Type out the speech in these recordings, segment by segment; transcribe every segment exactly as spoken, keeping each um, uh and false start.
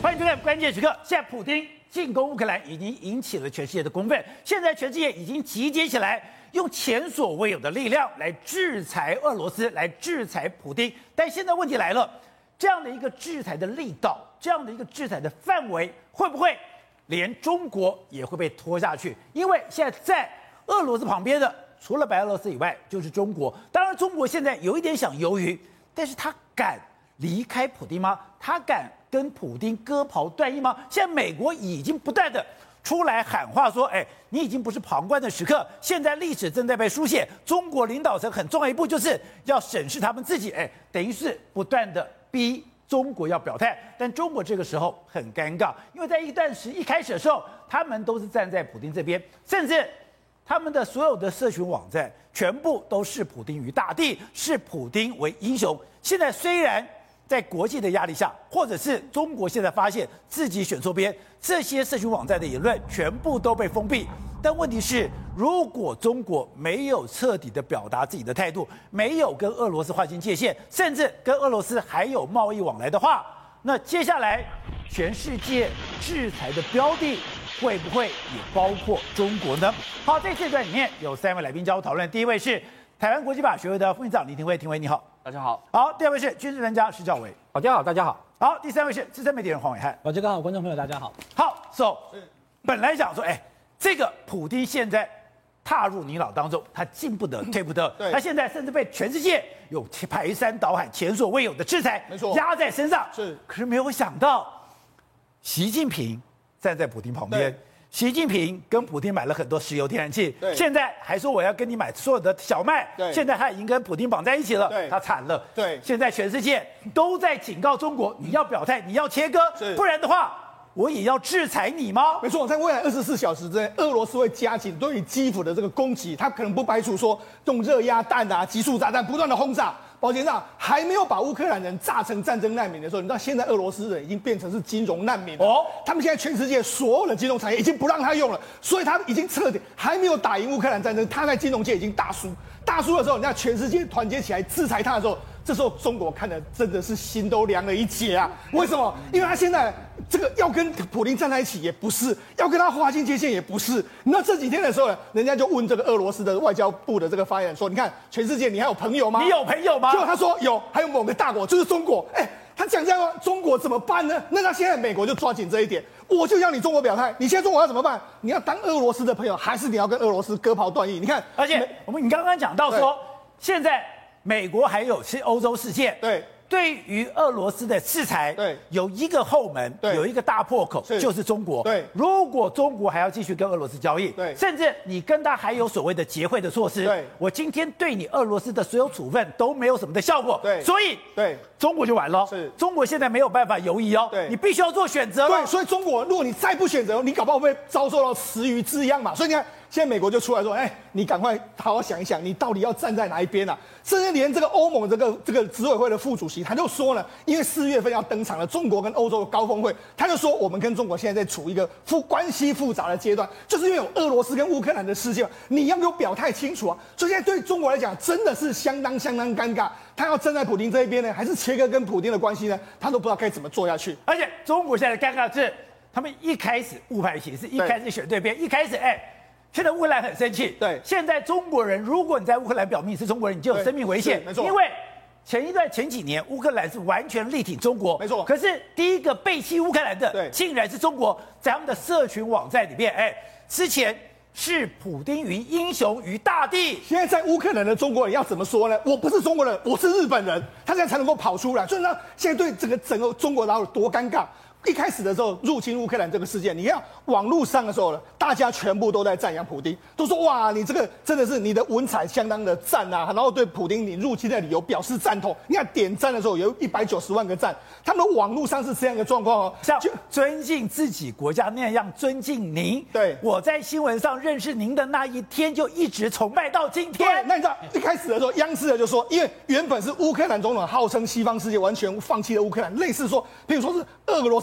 欢迎收看关键时刻。现在普丁进攻乌克兰已经引起了全世界的公愤，现在全世界已经集结起来，用前所未有的力量来制裁俄罗斯，来制裁普丁。但现在问题来了，这样的一个制裁的力道，这样的一个制裁的范围，会不会连中国也会被拖下去？因为现在在俄罗斯旁边的，除了白俄罗斯以外，就是中国。当然，中国现在有一点想鱿鱼，但是他敢离开普丁吗？他敢跟普丁割袍断义吗？现在美国已经不断的出来喊话说，哎，你已经不是旁观的时刻，现在历史正在被书写，中国领导层很重要一步就是要审视他们自己，哎，等于是不断的逼中国要表态。但中国这个时候很尴尬，因为在一段时一开始的时候，他们都是站在普丁这边，甚至他们的所有的社群网站全部都视普丁于大帝，视普丁为英雄。现在虽然在国际的压力下，或者是中国现在发现自己选错边，这些社群网站的言论全部都被封闭。但问题是，如果中国没有彻底的表达自己的态度，没有跟俄罗斯划清界限，甚至跟俄罗斯还有贸易往来的话，那接下来全世界制裁的标的会不会也包括中国呢？好，在这段里面有三位来宾加入讨论。第一位是台湾国际法学会的副院长李廷辉，廷辉你好。 大家好。 好，第二位是军事专家施兆伟。 大家好，大家好。 好，第三位是资深媒体人黄伟汉。 我这刚好，观众朋友大家好。 好 ，So， 本来想说，哎，这个普丁现在踏入泥淖当中，他进不得，退不得。 对， 他现在甚至被全世界有排山倒海、前所未有的制裁， 没错， 压在身上。 是， 可是没有想到，习近平站在普丁旁边。习近平跟普丁买了很多石油天然气，现在还说我要跟你买所有的小麦，现在他已经跟普丁绑在一起了，他惨了。 对， 现在全世界都在警告中国，你要表态，你要切割，不然的话，我也要制裁你吗？ 没错，在未来二十四小时之内，俄罗斯会加紧对于基辅的这个攻击，他可能不排除说用热压弹啊、集束炸弹不断的轰炸。保险长还没有把乌克兰人炸成战争难民的时候，你知道现在俄罗斯人已经变成是金融难民了。哦，他们现在全世界所有的金融产业已经不让他用了，所以他已经彻底还没有打赢乌克兰战争，他在金融界已经大输。大输的时候，你看全世界团结起来制裁他的时候，这时候中国看的真的是心都凉了一截啊！为什么？因为他现在这个要跟普丁站在一起也不是，要跟他划清界限也不是。那这几天的时候呢，人家就问这个俄罗斯的外交部的这个发言人说：“你看全世界你还有朋友吗？ 你有朋友吗？” 结果他说有，还有某个大国就是中国。哎，他讲这样的话，中国怎么办呢？那他现在美国就抓紧这一点，我就要你中国表态。你现在中国要怎么办？你要当俄罗斯的朋友，还是你要跟俄罗斯割袍断义？你看， 而且我们你刚刚讲到说，现在美国还有是欧洲世界， 对， 对于俄罗斯的制裁， 对， 有一个后门，有一个大破口，就是中国。 对， 如果中国还要继续跟俄罗斯交易， 对， 甚至你跟他还有所谓的结汇的措施， 对， 我今天对你俄罗斯的所有处分都没有什么的效果， 对， 所以对中国就完了。 是， 中国现在没有办法犹疑哦， 对， 你必须要做选择了。 对，所以中国如果你再不选择，你搞不好会遭受到池鱼之殃嘛。所以你看。现在美国就出来说，哎，你赶快好好想一想，你到底要站在哪一边啊？甚至连这个欧盟这个这个执委会的副主席，他就说了，因为四月份要登场了中国跟欧洲的高峰会，他就说我们跟中国现在在处一个复关系复杂的阶段，就是因为有俄罗斯跟乌克兰的事情，你要给我表态清楚啊！所以现在对中国来讲，真的是相当相当尴尬，他要站在普丁这一边呢，还是切割跟普丁的关系呢？他都不知道该怎么做下去。 而且中国现在的尴尬是，他们一开始误判形势，一开始选对边，一开始哎。现在乌克兰很生气， 对。 现在中国人，如果你在乌克兰表明你是中国人，你就有生命危险， 没错。 因为前一段前几年，乌克兰是完全力挺中国， 没错。 可是第一个背弃乌克兰的， 对， 竟然是中国，在他们的社群网站里面，哎，之前视普丁于英雄于大帝。 现在在乌克兰的中国人要怎么说呢？我不是中国人，我是日本人，他这样才能够跑出来。所以呢，现在对整个整个中国有多尴尬。一开始的时候入侵乌克兰这个事件，你看网络上的时候呢，大家全部都在赞扬普丁，都说哇，你这个真的是你的文采相当的赞啊，然后对普丁你入侵的理由表示赞同。你看点赞的时候有一百九十万个赞，他们的网络上是这样的状况哦， 像尊敬自己国家那样尊敬您。 对， 我在新闻上认识您的那一天就一直崇拜到今天。 那你知道一开始的时候，央视的就说，因为原本是乌克兰总统号称西方世界完全放弃了乌克兰，类似说，比如说是俄罗斯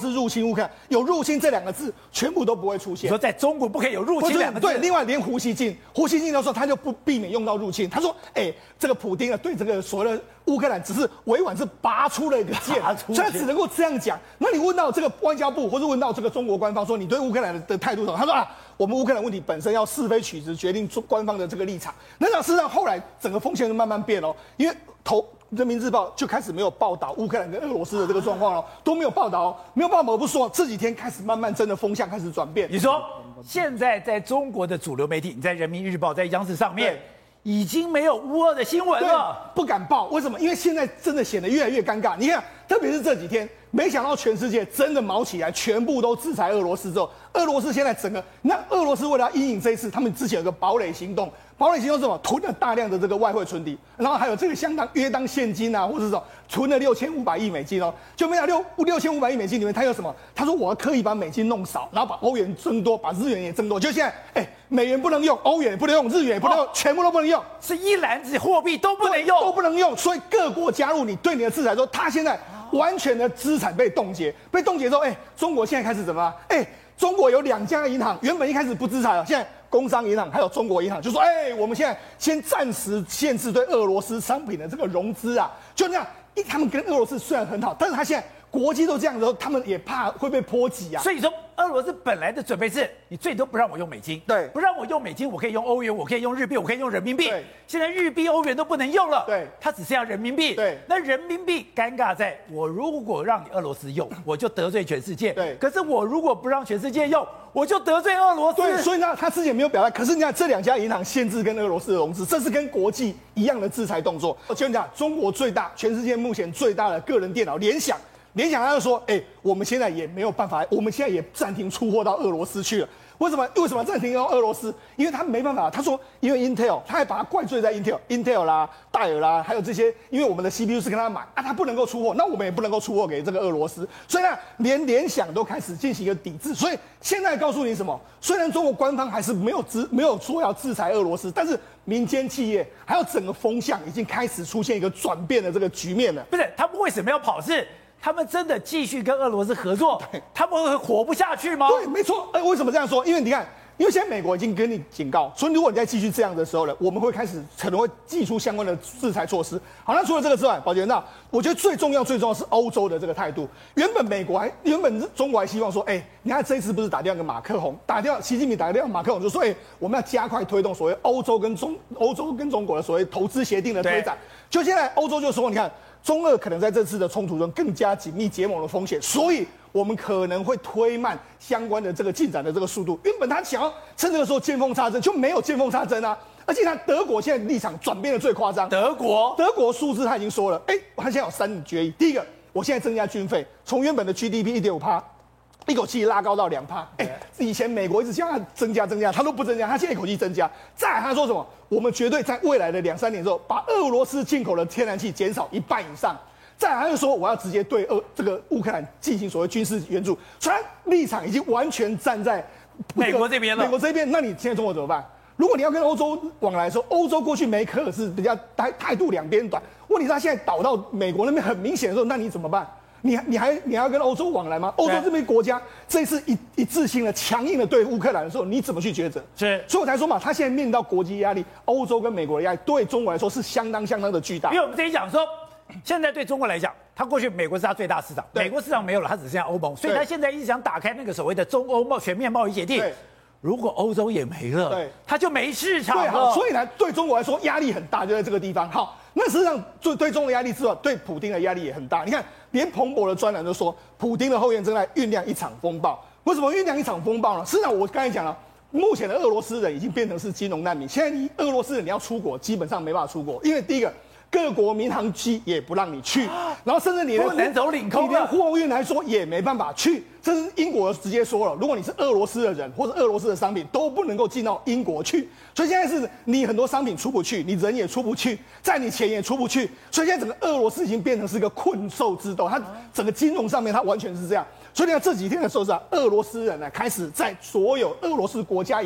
斯入侵乌克兰，有入侵这两个字，全部都不会出现。 你说在中国不可以有入侵两个字？ 对，另外连胡锡进，胡锡进的时候他就不避免用到入侵，他说，哎、欸，这个普丁啊，对这个所谓的乌克兰只是委婉是拔出了一个剑，所以他只能够这样讲。那你问到这个外交部，或者问到这个中国官方说你对乌克兰的态度什么？他说啊，我们乌克兰问题本身要是非曲直，决定官方的这个立场。那事实上后来整个风向就慢慢变了，因为头。人民日报就开始没有报道乌克兰跟俄罗斯的这个状况了，都没有报道，没有报道。我不说，这几天开始慢慢真的风向开始转变。 你说现在在中国的主流媒体，你在人民日报、在央视上面，已经没有乌俄的新闻了， 不敢报。为什么？因为现在真的显得越来越尴尬。你看，特别是这几天，没想到全世界真的毛起来，全部都制裁俄罗斯之后，俄罗斯现在整个，那俄罗斯为了要因应这一次，他们之前有个堡垒行动。堡垒行动是什么？囤了大量的这个外汇存底，然后还有这个相当约当现金啊，或者是什么存了六千五百亿美金哦，就没想六六千五百亿美金里面，他有什么？他说我要刻意把美金弄少，然后把欧元增多，把日元也增多。就现在，哎，美元不能用，欧元也不能用，日元也不能用，哦、全部都不能用， 是一篮子货币都不能用， 都不能用。所以各国加入你对你的制裁之后，他现在完全的资产被冻结，被冻结之后，哎，中国现在开始怎么？哎，中国有两家银行原本一开始不制裁了，现在。工商银行还有中国银行就说：“哎、欸，我们现在先暂时限制对俄罗斯商品的这个融资啊，就那样。他们跟俄罗斯虽然很好，但是他现在国际都这样的时候，他们也怕会被波及啊。 所以说，俄罗斯本来的准备是，你最多不让我用美金， 对， 不让我用美金，我可以用欧元，我可以用日币，我可以用人民币。 对， 现在日币、欧元都不能用了， 对， 它只剩下人民币。 对， 那人民币尴尬在，我如果让你俄罗斯用，我就得罪全世界。 对， 可是我如果不让全世界用，我就得罪俄罗斯。 对，所以呢，他之前没有表态。可是你看，这两家银行限制跟俄罗斯的融资，这是跟国际一样的制裁动作。我跟你讲，中国最大，全世界目前最大的个人电脑联想。联想他就说，哎、欸，我们现在也没有办法，我们现在也暂停出货到俄罗斯去了。为什么？为什么暂停到俄罗斯？因为他没办法。他说，因为 Intel， 他还把它怪罪在 Intel，Intel 啦、戴尔啦，还有这些，因为我们的 C P U 是跟他买啊，他不能够出货，那我们也不能够出货给这个俄罗斯。所以呢，连联想都开始进行一个抵制。所以现在告诉你什么？虽然中国官方还是没有制没有说要制裁俄罗斯，但是民间企业还有整个风向已经开始出现一个转变的这个局面了。 不是，他们为什么要跑？是他们真的继续跟俄罗斯合作，他们会活不下去吗？ 对，没错。哎，为什么这样说？因为你看，因为现在美国已经跟你警告，所以如果你再继续这样的时候呢，我们会开始可能会祭出相关的制裁措施。好，那除了这个之外，宝杰，那我觉得最重要、最重要是欧洲的这个态度。原本美国还原本中国还希望说，哎，你看这一次不是打掉个马克宏，打掉习近平打掉马克宏，就说，哎，我们要加快推动所谓欧洲跟中欧洲跟中国的所谓投资协定的推展。就现在欧洲就说，你看。中俄可能在这次的冲突中更加紧密结盟的风险，所以我们可能会推慢相关的这个进展的这个速度。原本他想要趁这个时候见缝插针，就没有见缝插针啊！而且他德国现在立场转变的最夸张。 德国， 德国数字他已经说了，哎、欸，他现在有三点决议。第一个，我现在增加军费，从原本的 G D P 一点五趴。一口气拉高到两趴，哎，以前美国一直叫他增加增加，他都不增加，他现在一口气增加。再来他说什么？我们绝对在未来的两三年之后，把俄罗斯进口的天然气减少一半以上。再来他就说，我要直接对俄这个乌克兰进行所谓军事援助，虽然立场已经完全站在美国这边了。 美国这边，那你现在中国怎么办？如果你要跟欧洲往来的时候，欧洲过去梅克尔是比较态态度两边短，问题是他现在倒到美国那边很明显的时候，那你怎么办？你你还你还要跟欧洲往来吗？欧洲这边国家这次一一致性的强硬的对乌克兰的时候，你怎么去抉择？ 是， 所以我才说嘛，他现在面临到国际压力，欧洲跟美国的压力，对中国来说是相当相当的巨大。 因为我们之前讲说，现在对中国来讲，他过去美国是他最大市场，美国市场没有了，他只剩下欧盟，所以他现在一直想打开那个所谓的中欧贸全面贸易协定。如果欧洲也没了， 对， 他就没市场了。 对，好，所以呢，对中国来说压力很大，就在这个地方。好，那实际上对对中国压力之外，对普丁的压力也很大。你看，连彭博的专栏都说，普丁的后院正在酝酿一场风暴。为什么酝酿一场风暴呢？实际上，我刚才讲了，目前的俄罗斯人已经变成是金融难民。现在你俄罗斯人你要出国，基本上没办法出国，因为第一个。各国民航机也不让你去，然后甚至你不能走领空， 你连货运来说也没办法去。这是英国直接说了，如果你是俄罗斯的人或者俄罗斯的商品都不能够进到英国去。所以现在是你很多商品出不去，你人也出不去，在你钱也出不去。所以现在整个俄罗斯已经变成是一个困兽之斗，它整个金融上面它完全是这样。所以你看这几天的时候是啊，俄罗斯人呢开始在所有俄罗斯国家银行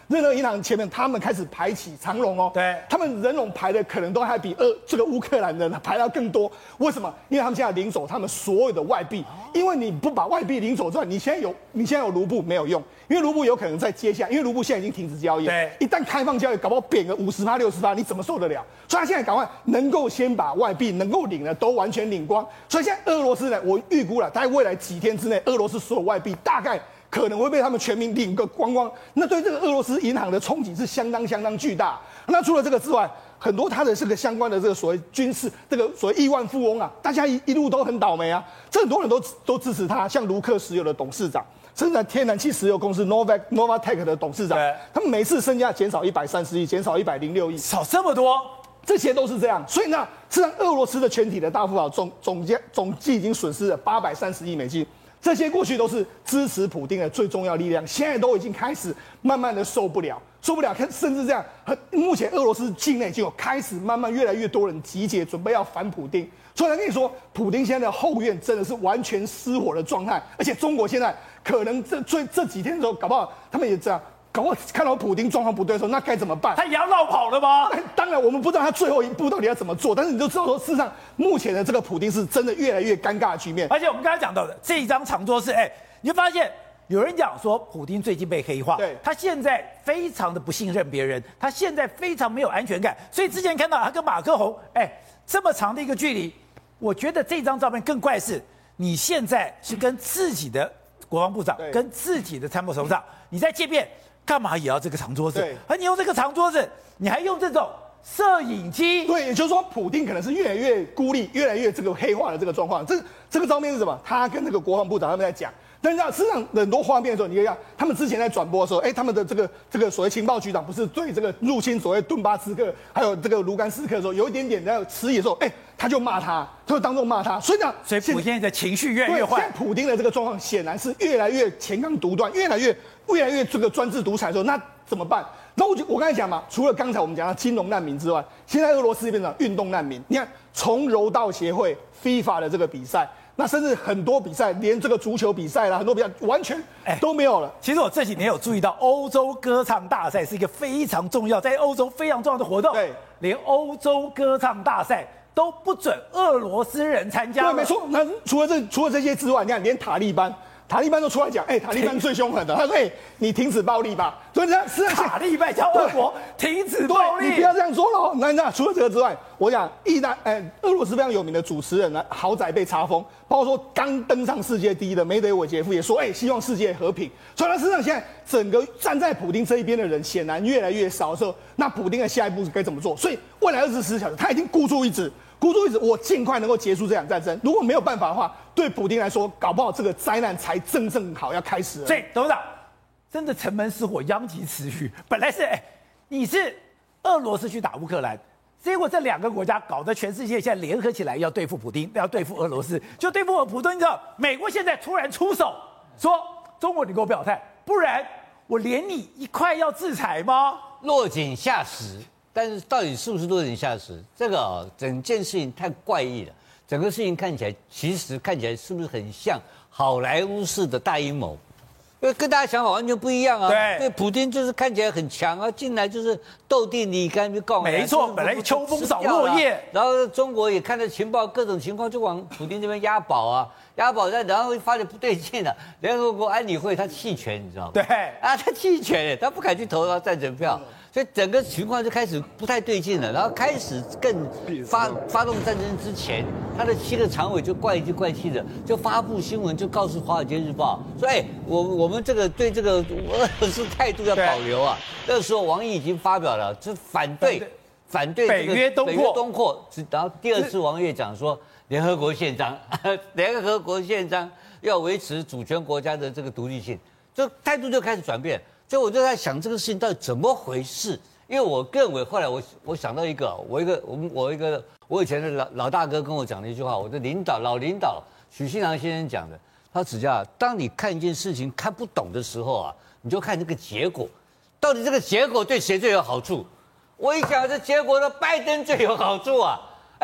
日能银行前面他们开始排起长龙哦， 对， 他们人龙排的可能都还比俄这个乌克兰人排到更多。为什么？因为他们现在领走他们所有的外币，因为你不把外币领走之外，你现在有你现在有卢布没有用，因为卢布有可能在接下来，因为卢布现在已经停止交易， 对， 一旦开放交易，搞不好贬个五十趴六十趴，你怎么受得了？所以他现在赶快能够先把外币能够领的都完全领光。所以现在俄罗斯呢，我预估了，在未来几天之内，俄罗斯所有外币大概可能会被他们全民领个光光。那对这个俄罗斯银行的冲击是相当相当巨大。那除了这个之外，很多他的这个相关的这个所谓军事，这个所谓亿万富翁啊，大家一一路都很倒霉啊。这很多人都都支持他，像卢克石油的董事长，甚至天然气石油公司 Novak Novatek 的董事长，他们每次身价减少一百三十亿，减少一百零六亿， 少这么多。 这些都是这样，所以呢，实际上俄罗斯的全体的大富豪总总计总计已经损失了八百三十亿美金，这些过去都是支持普丁的最重要力量，现在都已经开始慢慢的受不了，受不了，甚至这样，目前俄罗斯境内就有开始慢慢越来越多人集结，准备要反普丁。所以我跟你说，普丁现在的后院真的是完全失火的状态，而且中国现在可能这最这几天的时候，搞不好他们也这样。搞不好看到普丁状况不对的时候，那该怎么办？ 他也要绕跑了吗？ 当然，我们不知道他最后一步到底要怎么做，但是你就知道说，事实上目前的这个普丁是真的越来越尴尬的局面。 而且我们刚才讲到的这一张长桌是，哎，你会发现有人讲说，普丁最近被黑化， 对， 他现在非常的不信任别人，他现在非常没有安全感，所以之前看到他跟马克宏，哎，这么长的一个距离，我觉得这张照片更怪是，你现在是跟自己的国防部长、跟自己的参谋首长，你在见面。干嘛也要这个长桌子？ 对， 而你用这个长桌子，你还用这种摄影机？ 对，也就是说，普丁可能是越来越孤立，越来越这个黑化的这个状况。这这个照片是什么？他跟那个国防部长他们在讲。但是事实上，很多画面的时候，你可以看，他们之前在转播的时候，哎，他们的这个这个所谓情报局长不是对这个入侵所谓顿巴斯克还有这个卢甘斯克的时候，有一点点在迟疑的时候，哎，他就骂他，他就当众骂他。所以呢， 所以普丁的情绪越来越坏。 现在普丁的这个状况显然是越来越前刚独断，越来越越来越这个专制独裁的时候，那怎么办？那我就我刚才讲嘛，除了刚才我们讲的金融难民之外，现在俄罗斯变成运动难民。你看，从柔道协会 FIFA 的这个比赛。那甚至很多比赛，连这个足球比赛啦，很多比赛完全都没有了。 其实我这几年有注意到，欧洲歌唱大赛是一个非常重要，在欧洲非常重要的活动。 对， 连欧洲歌唱大赛都不准俄罗斯人参加。 对，没错。那除了这除了这些之外，你看，连塔利班。塔利班都出来讲，哎、欸，塔利班最凶狠的，他说，哎、欸，你停止暴力吧。所以呢，是塔利班叫俄国停止暴力， 你不要这样说了。那那除了这个之外，我讲，意大，哎、欸，俄罗斯非常有名的主持人呢，豪宅被查封，包括说刚登上世界第一的梅德韦杰夫也说，哎、欸，希望世界和平。所以呢，事实上现在整个站在普丁这一边的人显然越来越少的时候，那普丁的下一步该怎么做？所以未来二十四小时，他已经孤注一掷。孤注一掷，我尽快能够结束这场战争。如果没有办法的话，对普丁来说，搞不好这个灾难才正正好要开始了。 所以，董事长，真的城门失火，殃及池鱼。本来是，哎，你是俄罗斯去打乌克兰，结果这两个国家搞得全世界现在联合起来要对付普丁，要对付俄罗斯，就对付普丁之后，美国现在突然出手说，中国你给我表态，不然我连你一块要制裁吗？ 落井下石。但是到底是不是落井下石？这个、哦、整件事情太怪异了，整个事情看起来其实看起来是不是很像好莱坞式的大阴谋？因为跟大家想法完全不一样啊。 对， 对，普丁就是看起来很强啊，进来就是斗地你干就告。 没错，本来秋风扫落叶， 然后中国也看到情报，各种情况就往普丁这边押宝啊，押宝在，然后发现不对劲了，联合国安理会他弃权，你知道吗？ 对啊，他弃权，他不敢去投到赞成票。所以整个情况就开始不太对劲了，然后开始更发发动战争之前，他的七个常委就怪里怪气的，就发布新闻，就告诉《华尔街日报》说：“哎，我我们这个对这个俄罗斯态度要保留啊。”那时候王毅已经发表了，就反对反对北约东扩， 东扩。然后第二次王毅讲说，联合国宪章，联合国宪章要维持主权国家的这个独立性，这态度就开始转变。所以我就在想这个事情到底怎么回事？因为我认为后来我我想到一个，我一个我们我一个我以前的老老大哥跟我讲的一句话，我的领导老领导许信良先生讲的，他指教，当你看一件事情看不懂的时候啊，你就看这个结果，到底这个结果对谁最有好处？我一想，这结果呢，拜登最有好处啊！哎，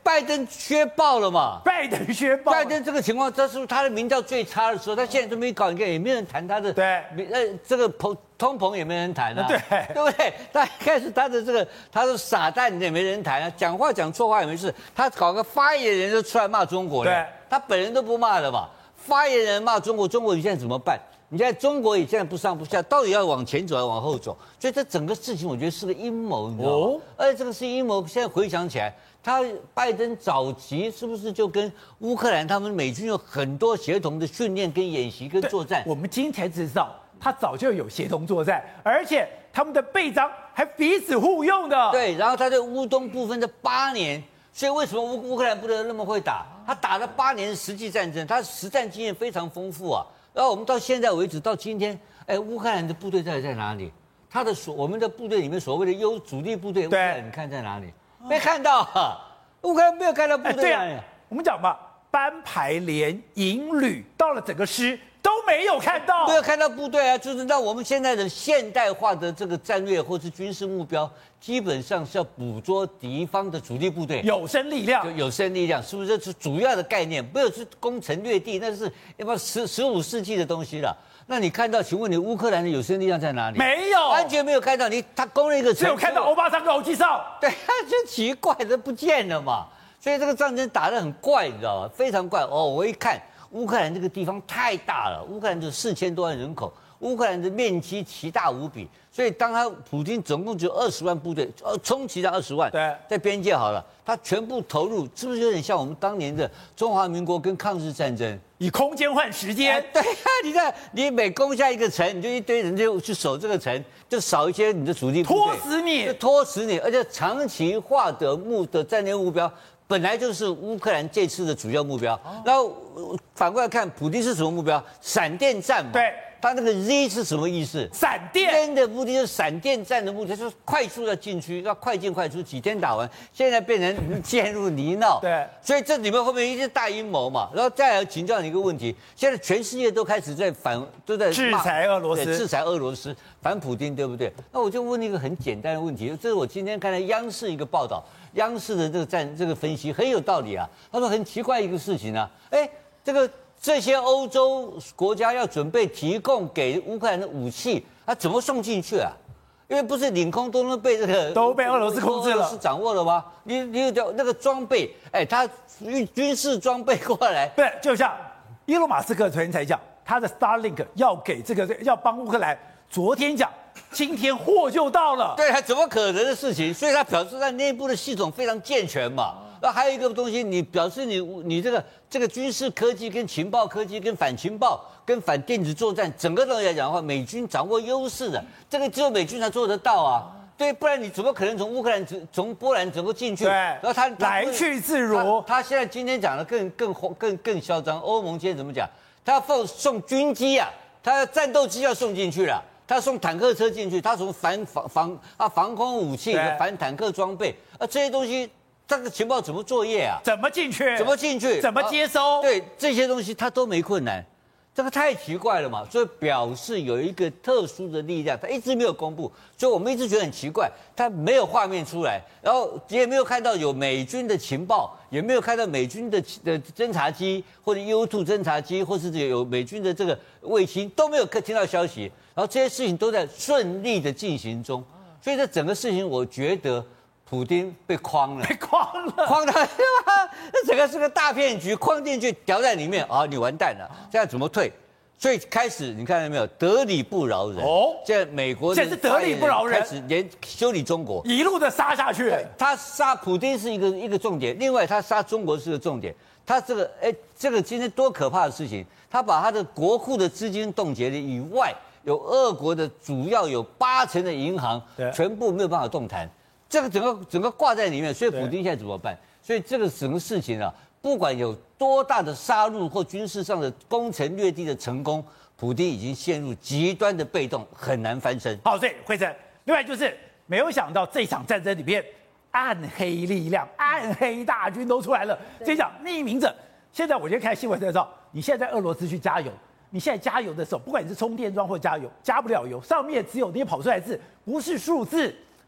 拜登削爆了嘛？ 拜登削爆， 拜登这个情况，这是他的民调最差的时候，他现在这么一搞，你看也没人谈他的， 对， 呃，这个通通膨也没人谈啊， 对， 对不对？他一开始他的这个他的傻蛋也没人谈啊，讲话讲错话也没事，他搞个发言人就出来骂中国了， 对， 他本人都不骂了嘛，发言人骂中国，中国你现在怎么办？你现在中国也现在不上不下，到底要往前走还是往后走？所以这整个事情我觉得是个阴谋，你知道吗？哦、而且这个是阴谋，现在回想起来。他拜登早期是不是就跟乌克兰他们美军有很多协同的训练、跟演习、跟作战？ 我们今天才知道，他早就有协同作战，而且他们的备章还彼此互用的。 对，然后他在乌东部分的八年，所以为什么乌乌克兰部队那么会打？他打了八年实际战争，他实战经验非常丰富啊。然后我们到现在为止，到今天，哎，乌克兰的部队到底在哪里？他的所我们的部队里面所谓的优主力部队，乌克兰你看在哪里？没看到、啊，乌克兰没有看到部队、啊哎。对啊，我们讲嘛，班排连营旅到了整个师都没有看到， 没有看到部队啊，就是让我们现在的现代化的这个战略或是军事目标，基本上是要捕捉敌方的主力部队， 有生力量， 有生力量，是不是？这是主要的概念，没有是攻城略地，那是要不要十十五世纪的东西了。那你看到？请问你乌克兰的有生力量在哪里？ 没有， 完全没有看到。你他攻了一个城， 只有看到欧巴桑跟欧基少。 对，就奇怪，这不见了嘛。所以这个战争打得很怪，你知道吗？非常怪哦。我一看乌克兰这个地方太大了，乌克兰就四千多万人口，乌克兰的面积奇大无比。所以当他普京总共只有二十万部队，呃，充其量二十万， 对， 在边界好了，他全部投入，是不是有点像我们当年的中华民国跟抗日战争？ 以空间换时间、 啊，对啊，你看，你每攻下一个城，你就一堆人就去守这个城，就少一些你的主力部队， 拖死你， 就拖死你，而且长期化的目的战略目标，本来就是乌克兰这次的主要目标。哦、然后反过来看，普丁是什么目标？闪电战嘛。 对。 他那个 Z 是什么意思？ 闪电。 Z 的目的就是闪电战的目的，就是快速的禁区，要快进快出，几天打完。现在变成陷入泥淖。 对， 所以这里面后面一些大阴谋嘛。然后再来请教你一个问题：现在全世界都开始在反，都在制裁俄罗斯， 制裁俄罗斯，反普丁，对不对？那我就问一个很简单的问题，这是我今天看到央视一个报道，央视的这个战这个分析很有道理啊。他说很奇怪一个事情啊，哎，这个。这些欧洲国家要准备提供给乌克兰的武器，他怎么送进去啊？因为不是领空都能被这个都被俄罗斯控制了， 是掌握了吗？你你有那个装备，哎，他军军事装备过来， 对，就像伊隆马斯克昨天才讲，他的 Starlink 要给这个要帮乌克兰，昨天讲，今天货就到了， 对，怎么可能的事情？所以他表示在内部的系统非常健全嘛。那还有一个东西，你表示你你这个这个军事科技跟情报科技跟反情报跟反电子作战，整个东西来讲的话，美军掌握优势的，这个只有美军才做得到啊。对，不然你怎么可能从乌克兰从波兰整个进去？ 对， 然后他来去自如。 他, 他现在今天讲的更更更更嚣张，欧盟今天怎么讲？他要放送军机啊，他要战斗机要送进去了，他送坦克车进去，他从反防防啊防空武器、反坦克装备啊这些东西。这个情报怎么作业啊？ 怎么进去？ 怎么进去？ 怎么接收？ 啊、对这些东西他都没困难，这个太奇怪了嘛。所以表示有一个特殊的力量，他一直没有公布，所以我们一直觉得很奇怪，他没有画面出来，然后也没有看到有美军的情报，也没有看到美军的的侦察机或者 U 二 侦察机，或是有美军的这个卫星都没有听到消息，然后这些事情都在顺利的进行中，所以这整个事情我觉得。普丁被诓了， 被诓了， 诓他，那整个是个大骗局，诓进去，掉在里面啊，你完蛋了，现在怎么退？所以开始你看到没有，得理不饶人哦。现在美国现在是得理不饶人， 开始连修理中国， 一路的杀下去。 他杀普丁是一个一个重点，另外他杀中国是个重点。他这个哎，这个今天多可怕的事情！他把他的国库的资金冻结了以外，有俄国的主要有八成的银行全部没有办法动弹。这个整个整个挂在里面，所以普丁现在怎么办？所以这个整个事情啊，不管有多大的杀戮或军事上的攻城略地的成功，普丁已经陷入极端的被动，很难翻身。 好，所以慧珍，另外就是没有想到这场战争里面，暗黑力量、暗黑大军都出来了。这讲匿名者，现在我就看新闻才知道，你现在在俄罗斯去加油，你现在加油的时候，不管你是充电桩或加油，加不了油，上面只有那些跑出来的字，不是数字。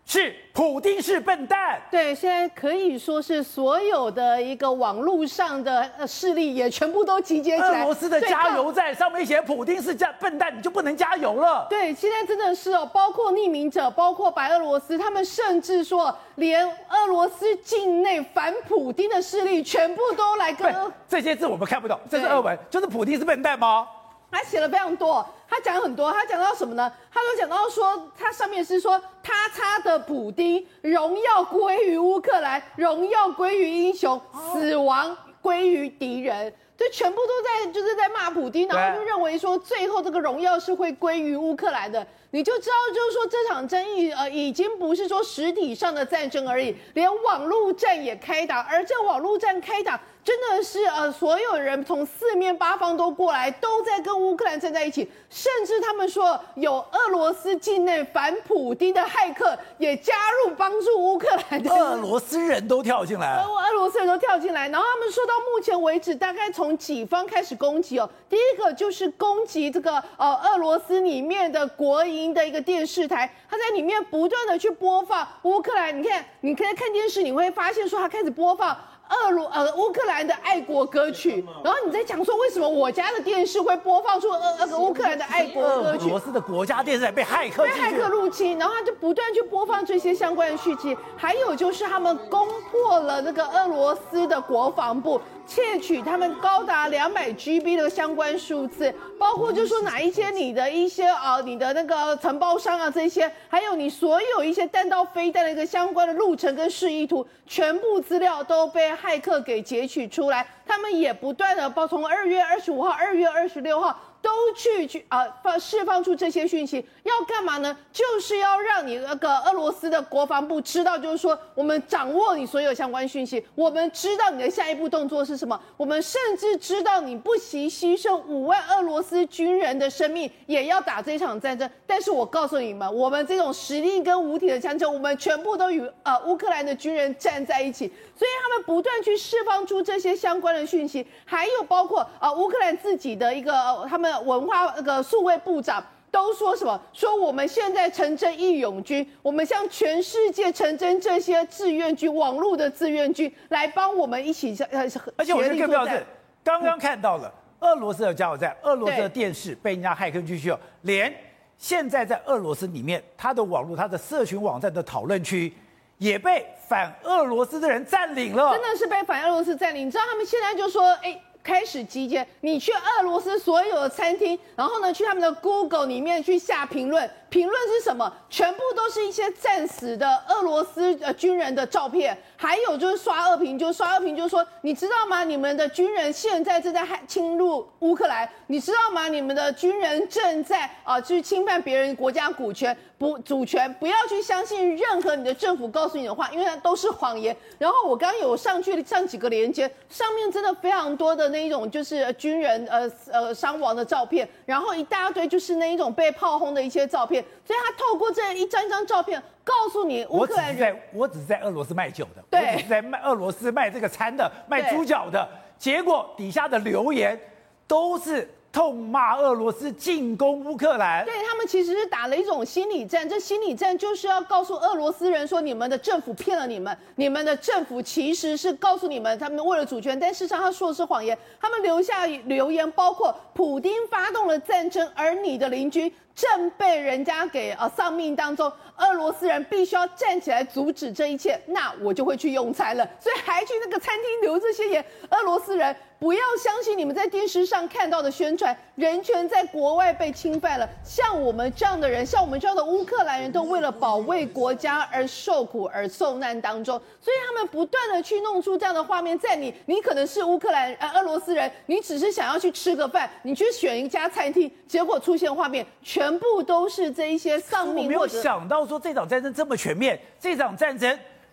是普丁是笨蛋。 对，现在可以说是所有的一个网络上的呃势力也全部都集结起来。 俄罗斯的加油站上面写普丁是加笨蛋，你就不能加油了。 对，现在真的是哦，包括匿名者，包括白俄罗斯，他们甚至说，连俄罗斯境内反普丁的势力全部都来跟这些字我们看不懂，这是俄文，就是普丁是笨蛋吗？ 他写了非常多，他讲很多，他讲到什么呢？他都讲到说，他上面是说，他擦的普丁，荣耀归于乌克兰，荣耀归于英雄，死亡归于敌人。这全部都在就是在骂普丁，然后就认为说，最后这个荣耀是会归于乌克兰的。你就知道，就是说这场争议，呃，已经不是说实体上的战争而已，连网络战也开打，而这网络战开打，真的是呃，所有人从四面八方都过来，都在跟乌克兰站在一起，甚至他们说有俄罗斯境内反普丁的骇客也加入帮助乌克兰的， 俄罗斯人都跳进来了， 俄罗斯人都跳进来，然后他们说到目前为止，大概从几方开始攻击哦，第一个就是攻击这个呃俄罗斯里面的国营的一个电视台，他在里面不断的去播放乌克兰，你看，你可以看电视，你会发现说他开始播放俄罗呃乌克兰的爱国歌曲，然后你在讲说为什么我家的电视会播放出呃那个乌克兰的爱国歌曲？ 俄罗斯的国家电视台被骇客被骇客入侵，然后他就不断去播放这些相关的讯息，还有就是他们攻破了那个俄罗斯的国防部，窃取他们高达两百 G B 的相关数字，包括就说哪一些你的一些啊、呃、你的那个承包商啊这些，还有你所有一些弹道飞弹的一个相关的路程跟示意图，全部资料都被骇客给截取出来。他们也不断的包从二月二十五号、二月二十六号。都去去啊放释放出这些讯息，要干嘛呢？就是要让你那个俄罗斯的国防部知道，就是说我们掌握你所有相关讯息，我们知道你的下一步动作是什么，我们甚至知道你不惜牺牲五万俄罗斯军人的生命，也要打这场战争。但是我告诉你们，我们这种实力跟无体的战争，我们全部都与呃乌克兰的军人站在一起。所以他们不断去释放出这些相关的讯息，还有包括啊、呃、乌克兰自己的一个、呃、他们文化那个数位部长都说什么？说我们现在成真义勇军，我们向全世界成真这些志愿军、网络的志愿军来帮我们一起呃， 而且我觉得更重要的是，刚刚看到了俄罗斯的加油站，俄罗斯的电视被人家骇客进去，连现在在俄罗斯里面，它的网络、它的社群网站的讨论区也被反俄罗斯的人占领了， 真的是被反俄罗斯占领。你知道他们现在就说，哎。开始集结，你去俄罗斯所有的餐厅，然后呢，去他们的 Google 里面去下评论，评论是什么？全部都是一些战死的俄罗斯呃军人的照片，还有就是刷恶评，就刷恶评，就是说，你知道吗？你们的军人现在正在侵入乌克兰，你知道吗？你们的军人正在啊、呃、去侵犯别人国家主权，不主权，不要去相信任何你的政府告诉你的话，因为它都是谎言。然后我刚刚有上去上几个连接，上面真的非常多的那一种就是军人呃呃伤亡的照片，然后一大堆就是那一种被炮轰的一些照片，所以他透过这一张一张照片告诉你乌克兰人， 我只是在俄罗斯卖酒的， 对， 我只是在卖俄罗斯卖这个餐的，卖猪脚的，结果底下的留言都是痛骂俄罗斯进攻乌克兰。 对，他们其实是打了一种心理战，这心理战就是要告诉俄罗斯人说，你们的政府骗了你们，你们的政府其实是告诉你们他们为了主权，但事实上他说的是谎言。他们留下留言包括普丁发动了战争，而你的邻居正被人家给呃丧命当中，俄罗斯人必须要站起来阻止这一切，那我就会去用餐了。所以还去那个餐厅留这些言，俄罗斯人不要相信你们在电视上看到的宣传，人权在国外被侵犯了。像我们这样的人，像我们这样的乌克兰人都为了保卫国家而受苦而受难当中，所以他们不断的去弄出这样的画面，在你你可能是乌克兰呃俄罗斯人，你只是想要去吃个饭，你去选一家餐厅，结果出现画面全部都是这一些丧命。 我没有想到说这场战争这么全面，这场战争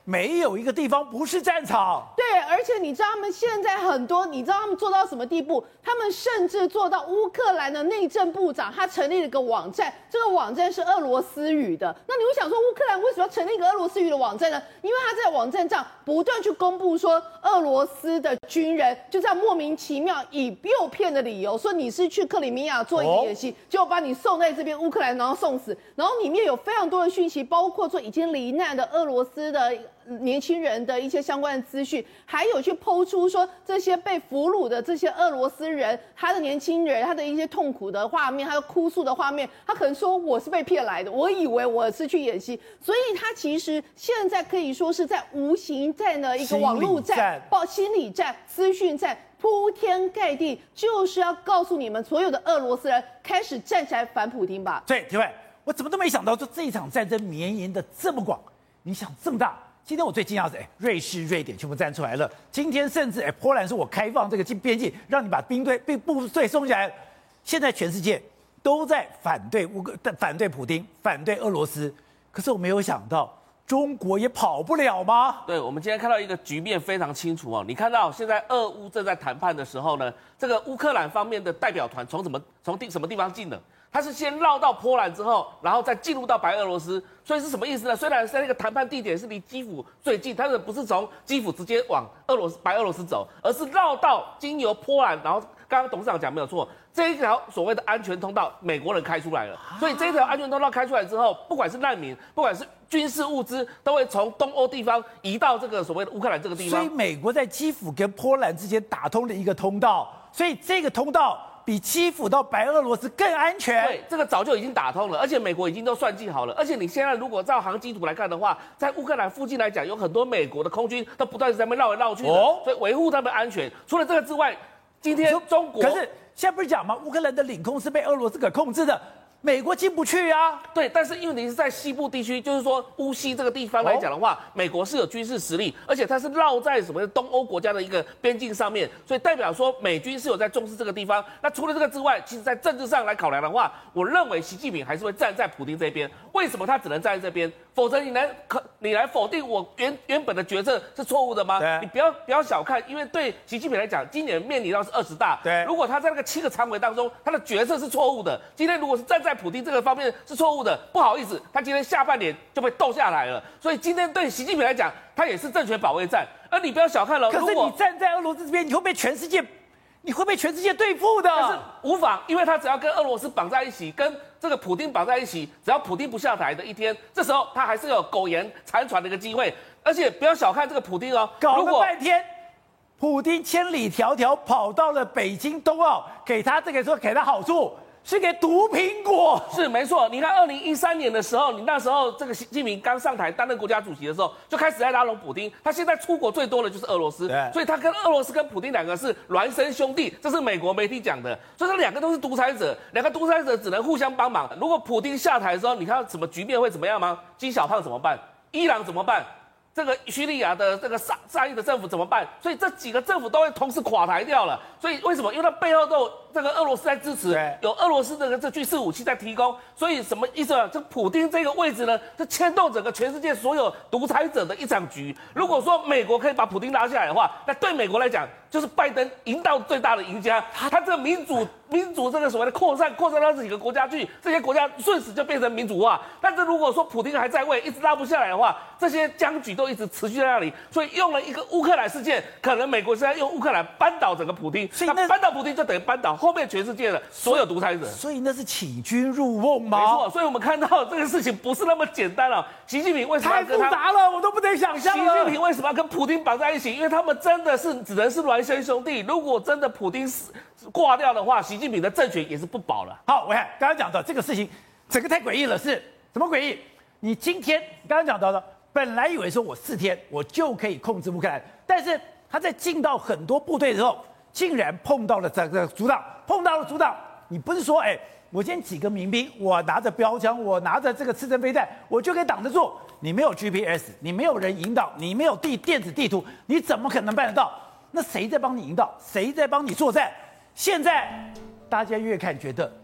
没有一个地方不是战场。 对，而且你知道他们现在很多，你知道他们做到什么地步？他们甚至做到乌克兰的内政部长，他成立了一个网站，这个网站是俄罗斯语的。那你会想说，乌克兰为什么要成立一个俄罗斯语的网站呢？因为他在网站上不断去公布说，俄罗斯的军人就这样莫名其妙以诱骗的理由说你是去克里米亚做一个演习，哦、结果把你送在这边乌克兰，然后送死。然后里面有非常多的讯息，包括说已经罹难的俄罗斯的年轻人的一些相关的资讯，还有去抛出说这些被俘虏的这些俄罗斯人，他的年轻人，他的一些痛苦的画面，还有哭诉的画面，他可能说我是被骗来的，我以为我是去演戏，所以他其实现在可以说是在无形战的一个网络战、报心理战、资讯战。铺天盖地，就是要告诉你们所有的俄罗斯人开始站起来反普丁吧。 对，体会，我怎么都没想到，说这一场战争绵延的这么广，影响这么大。今天我最惊讶的是，哎，瑞士、瑞典全部站出来了。今天甚至，哎，波兰说我开放这个边境，让你把兵队、兵部队松起来。现在全世界都在反对乌克、反对普丁、反对俄罗斯。可是我没有想到。中国也跑不了吗？ 对，我们今天看到一个局面非常清楚哦。你看到现在俄乌正在谈判的时候呢，这个乌克兰方面的代表团从什么从地什么地方进的？他是先绕到波兰之后，然后再进入到白俄罗斯。所以是什么意思呢？虽然在那个谈判地点是离基辅最近，但是不是从基辅直接往俄罗斯白俄罗斯走，而是绕到经由波兰，然后刚刚董事长讲没有错。这一条所谓的安全通道，美国人开出来了，所以这一条安全通道开出来之后，不管是难民，不管是军事物资，都会从东欧地方移到这个所谓的乌克兰这个地方。 所以美国在基辅跟波兰之间打通了一个通道，所以这个通道比基辅到白俄罗斯更安全。 对，这个早就已经打通了，而且美国已经都算计好了。而且你现在如果照航机图来看的话，在乌克兰附近来讲，有很多美国的空军都不断在那边绕来绕去的，哦、所以维护他们安全。除了这个之外，今天中国可是。现在不是讲吗？乌克兰的领空是被俄罗斯给控制的，美国进不去啊。 对，但是因为你是在西部地区，就是说乌西这个地方来讲的话，哦、美国是有军事实力，而且它是绕在什么东欧国家的一个边境上面，所以代表说美军是有在重视这个地方。那除了这个之外，其实在政治上来考量的话，我认为习近平还是会站在普丁这边。为什么他只能站在这边？否则你来可你来否定我原原本的决策是错误的吗？你不要不要小看，因为对习近平来讲，今年面临到是二十大。 对， 如果他在那个七个常委当中，他的决策是错误的，今天如果是站在普丁这个方面是错误的，不好意思，他今天下半年就被斗下来了。所以今天对习近平来讲，他也是政权保卫战。而你不要小看了， 可是你站在俄罗斯这边，你会被全世界。你会被全世界对付的， 但是无妨，因为他只要跟俄罗斯绑在一起，跟这个普丁绑在一起，只要普丁不下台的一天，这时候他还是有苟延残喘的一个机会。而且不要小看这个普丁哦， 搞了半天，普丁千里迢迢跑到了北京冬奥，给他这个说给他好处。是给毒苹果， 是没错。你看，二零一三年的时候，你那时候这个习近平刚上台担任国家主席的时候，就开始在拉拢普丁。他现在出国最多的就是俄罗斯，所以他跟俄罗斯跟普丁两个是孪生兄弟，这是美国媒体讲的。所以这两个都是独裁者，两个独裁者只能互相帮忙。如果普丁下台的时候，你看什么局面会怎么样吗？金小胖怎么办？伊朗怎么办？这个叙利亚的这个沙沙伊的政府怎么办？所以这几个政府都会同时垮台掉了。所以为什么？因为它背后都有这个俄罗斯在支持，有俄罗斯的这军事武器在提供。所以什么意思啊？这普丁这个位置呢，是牵动整个全世界所有独裁者的一场局。如果说美国可以把普丁拉下来的话，那对美国来讲就是拜登赢到最大的赢家。他他这个民主民主这个所谓的扩散扩散到这几个国家去，这些国家瞬时就变成民主化。但是如果说普丁还在位，一直拉不下来的话，这些僵局都一直持续在那里。所以用了一个乌克兰事件，可能美国是在用乌克兰扳倒整个普丁。那扳倒普丁就等于扳倒后面全世界的所有独裁者。 所以那是请君入瓮吗？ 没错。所以我们看到这个事情不是那么简单了。习近平为什么要跟他？ 太复杂了，我都不能想象了。 习近平为什么要跟普丁绑在一起？因为他们真的是只能是孪生兄弟。如果真的普丁死挂掉的话，习近平的政权也是不保了。 好，我看刚刚讲到这个事情，整个太诡异了，是怎么诡异？你今天刚刚讲到的，本来以为说我四天我就可以控制乌克兰，但是他在进到很多部队之后，竟然碰到了这个阻挡，碰到了阻挡。你不是说，哎，我今天几个民兵，我拿着标枪，我拿着这个刺针飞弹，我就可以挡得住。你没有 G P S， 你没有人引导，你没有地电子地图，你怎么可能办得到？那谁在帮你引导？谁在帮你作战？现在大家越看觉得，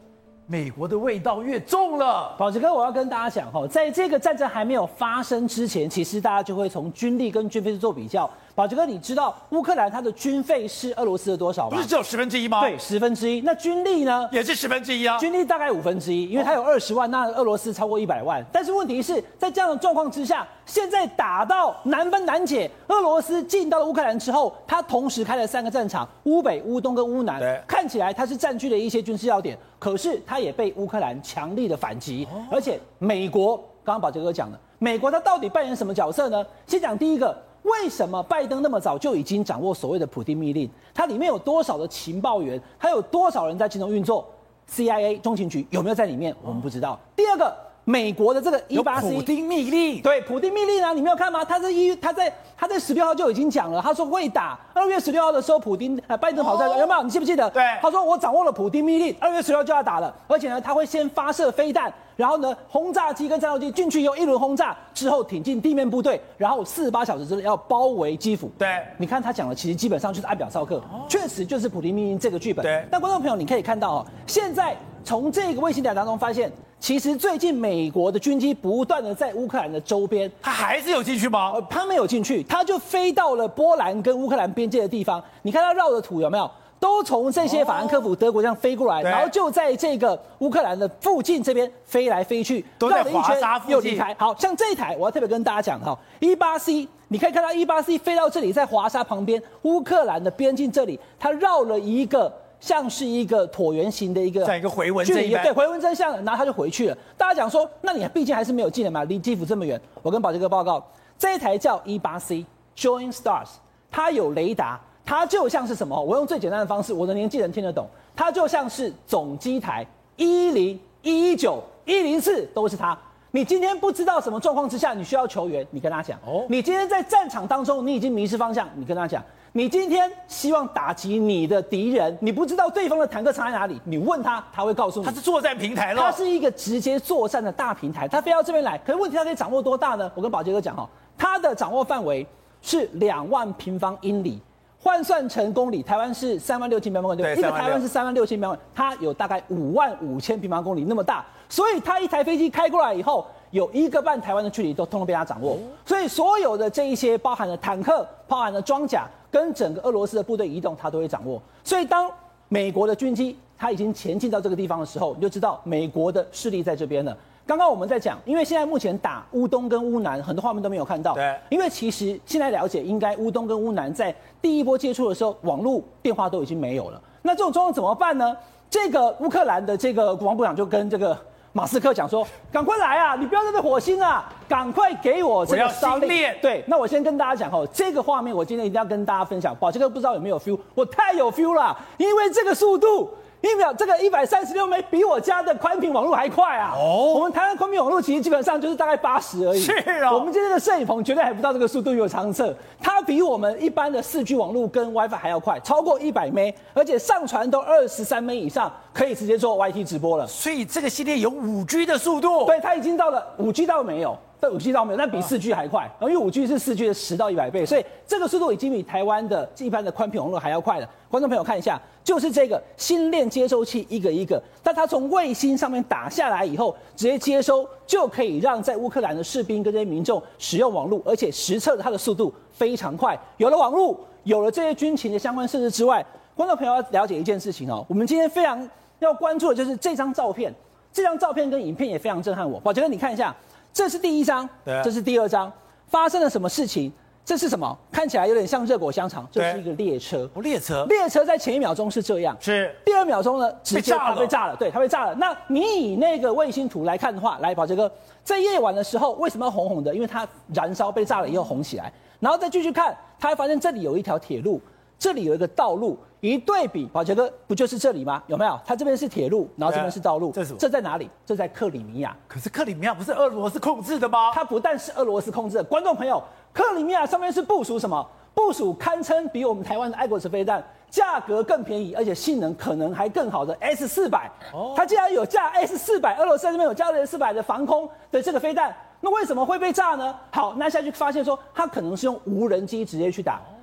美国的味道越重了。 宝杰哥，我要跟大家讲哈，在这个战争还没有发生之前，其实大家就会从军力跟军费做比较。宝杰哥，你知道乌克兰它的军费是俄罗斯的多少吗？ 不是只有十分之一吗？ 对，十分之一。那军力呢？ 也是十分之一啊。 军力大概五分之一，因为它有二十万，那俄罗斯超过一百万。但是问题是在这样的状况之下，现在打到难分难解。俄罗斯进到了乌克兰之后，它同时开了三个战场：乌北、乌东跟乌南。看起来它是占据了一些军事要点，可是它也被乌克兰强力的反击。哦、而且美国，刚刚宝杰哥讲的，美国它到底扮演什么角色呢？先讲第一个。为什么拜登那么早就已经掌握所谓的普丁密令？它里面有多少的情报员？还有多少人在其中运作 ？C I A 中情局有没有在里面？我们不知道。第二个，美国的这个一八 C 普丁密令， 对，普丁密令啊，你没有看吗？他在一他在他在十六号就已经讲了，他说会打。二月十六号的时候，普丁呃拜登跑在、哦、有没有？你记不记得？ 对， 他说我掌握了普丁密令，二月十六号就要打了，而且呢，他会先发射飞弹。然后呢，轰炸机跟战斗机进去以后一轮轰炸之后挺进地面部队，然后四十八小时之内要包围基辅。 对， 你看他讲的，其实基本上就是按表操课，哦、确实就是普丁密令这个剧本。 对， 但观众朋友，你可以看到哦，现在从这个卫星电当中发现，其实最近美国的军机不断的在乌克兰的周边， 他还是有进去吗？ 呃，他没有进去，他就飞到了波兰跟乌克兰边界的地方。你看他绕的图有没有？都从这些法兰克福、德国这样飞过来，然后就在这个乌克兰的附近这边飞来飞去， 都在华沙附近又离开。好像这一台，我要特别跟大家讲哈，一八 C， 你可以看到一八 C 飞到这里，在华沙旁边，乌克兰的边境这里，它绕了一个像是一个椭圆形的一个， 像一个回纹针， 对，回纹针像，然后它就回去了。大家讲说，那你毕竟还是没有进来嘛，离基辅这么远。我跟宝杰哥报告，这一台叫一八 C Joint Stars， 它有雷达。它就像是什么？我用最简单的方式，我的年纪人听得懂。它就像是总机台一零、一一九、一零四都是它。你今天不知道什么状况之下，你需要求援，你跟他讲。哦，你今天在战场当中，你已经迷失方向，你跟他讲。你今天希望打击你的敌人，你不知道对方的坦克藏在哪里，你问他，他会告诉你。 它是作战平台了， 它是一个直接作战的大平台。他飞到这边来，可是问题他可以掌握多大呢？我跟宝杰哥讲哈，它的掌握范围是两万平方英里。换算成公里，台湾是三万六千平方公里，对不对？一个台湾是三万六千平方公里，它有大概五万五千平方公里那么大，所以它一台飞机开过来以后，有一个半台湾的距离都通通被它掌握。所以所有的这一些包含了坦克、包含了装甲跟整个俄罗斯的部队移动，它都会掌握。所以当美国的军机它已经前进到这个地方的时候，你就知道美国的势力在这边了。刚刚我们在讲，因为现在目前打乌东跟乌南，很多画面都没有看到。 对， 因为其实现在了解，应该乌东跟乌南在第一波接触的时候，网络电话都已经没有了。那这种状况怎么办呢？这个乌克兰的这个国防部长就跟这个马斯克讲说：“赶快来啊，你不要在这火星啊，赶快给我这个星链。” 对，那我先跟大家讲哈，这个画面我今天一定要跟大家分享。宝杰哥不知道有没有 feel， 我太有 feel 了，因为这个速度。一秒这个一百三十六 枚比我家的宽频网络还快啊！哦，我们台湾宽频网络其实基本上就是大概八十而已。 是啊、哦， 我们今天的摄影棚绝对还不到这个速度，有长测，它比我们一般的四 G 网络跟 WiFi 还要快，超过一百 枚，而且上传都二十三 枚以上，可以直接做 Y T 直播了。 所以这个系列有五 G 的速度， 对，它已经到了五 G 倒没有。但五 G 倒没有，但比四 G 还快，因为五 G 是四 G 的十到一百倍，所以这个速度已经比台湾的一般的宽频网络还要快了。观众朋友看一下，就是这个星链接收器一个一个，但它从卫星上面打下来以后，直接接收就可以让在乌克兰的士兵跟这些民众使用网络，而且实测的它的速度非常快。有了网络，有了这些军情的相关设施之外，观众朋友要了解一件事情哦，我们今天非常要关注的就是这张照片，这张照片跟影片也非常震撼我。宝杰哥，你看一下。这是第一张，这是第二张，发生了什么事情？这是什么？看起来有点像热狗香肠，这是一个列车。 哦，列车， 列车在前一秒钟是这样， 是第二秒钟呢，直接它被炸了，对，它被炸了。那你以那个卫星图来看的话，来，宝杰哥，在夜晚的时候为什么要红红的？因为它燃烧被炸了以后红起来，然后再继续看，他还发现这里有一条铁路，这里有一个道路。一对比，宝杰哥不就是这里吗？有没有？它这边是铁路，然后这边是道路。 这是这在哪里？这在克里米亚。 可是克里米亚不是俄罗斯控制的吗？ 它不但是俄罗斯控制的，观众朋友，克里米亚上面是部署什么？部署堪称比我们台湾的爱国者飞弹价格更便宜，而且性能可能还更好的 S 四百。哦，它竟然有架 S 四百，俄罗斯在这边有架 S 四百的防空的这个飞弹，那为什么会被炸呢？好，那下去发现说，它可能是用无人机直接去打。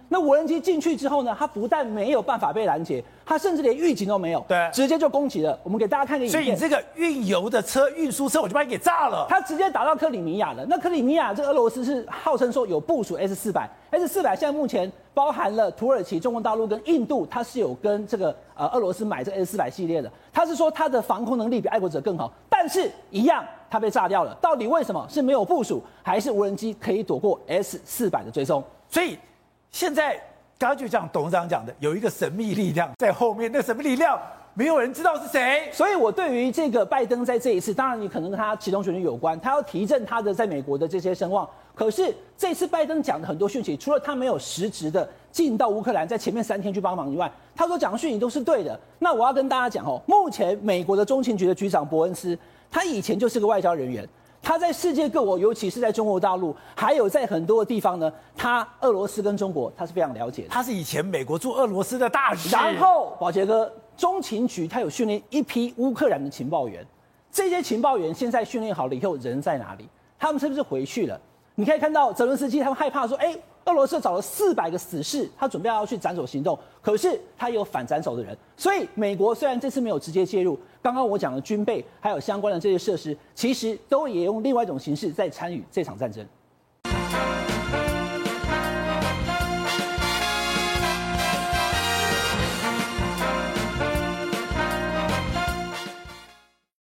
那无人机进去之后呢，它不但没有办法被拦截，它甚至连预警都没有， 对， 直接就攻击了。我们给大家看个影片。 所以你这个运油的车、运输车，我就把你给炸了。 它直接打到克里米亚了。那克里米亚这个俄罗斯是号称说有部署 S 四百 ，S 四百现在目前包含了土耳其、中国大陆跟印度，它是有跟这个呃俄罗斯买这 S 四百系列的。它是说它的防空能力比爱国者更好，但是一样它被炸掉了。到底为什么？是没有部署，还是无人机可以躲过 S 四百的追踪？ 所以现在刚刚就像董事长讲的，有一个神秘力量在后面，那神秘力量没有人知道是谁。 所以我对于这个拜登在这一次，当然你可能跟他启动选举有关，他要提振他的在美国的这些声望。可是这次拜登讲的很多讯息，除了他没有实质的进到乌克兰，在前面三天去帮忙以外，他所讲的讯息都是对的。那我要跟大家讲哦，目前美国的中情局的局长伯恩斯，他以前就是个外交人员。他在世界各国，尤其是在中国大陆，还有在很多的地方呢，他俄罗斯跟中国他是非常了解的。 他是以前美国驻俄罗斯的大使。 然后，宝杰哥，中情局他有训练一批乌克兰的情报员，这些情报员现在训练好了以后，人在哪里？他们是不是回去了？你可以看到泽伦斯基他们害怕说，哎，俄罗斯找了四百个死士，他准备要去斩首行动，可是他有反斩首的人，所以美国虽然这次没有直接介入，刚刚我讲的军备还有相关的这些设施，其实都也用另外一种形式在参与这场战争。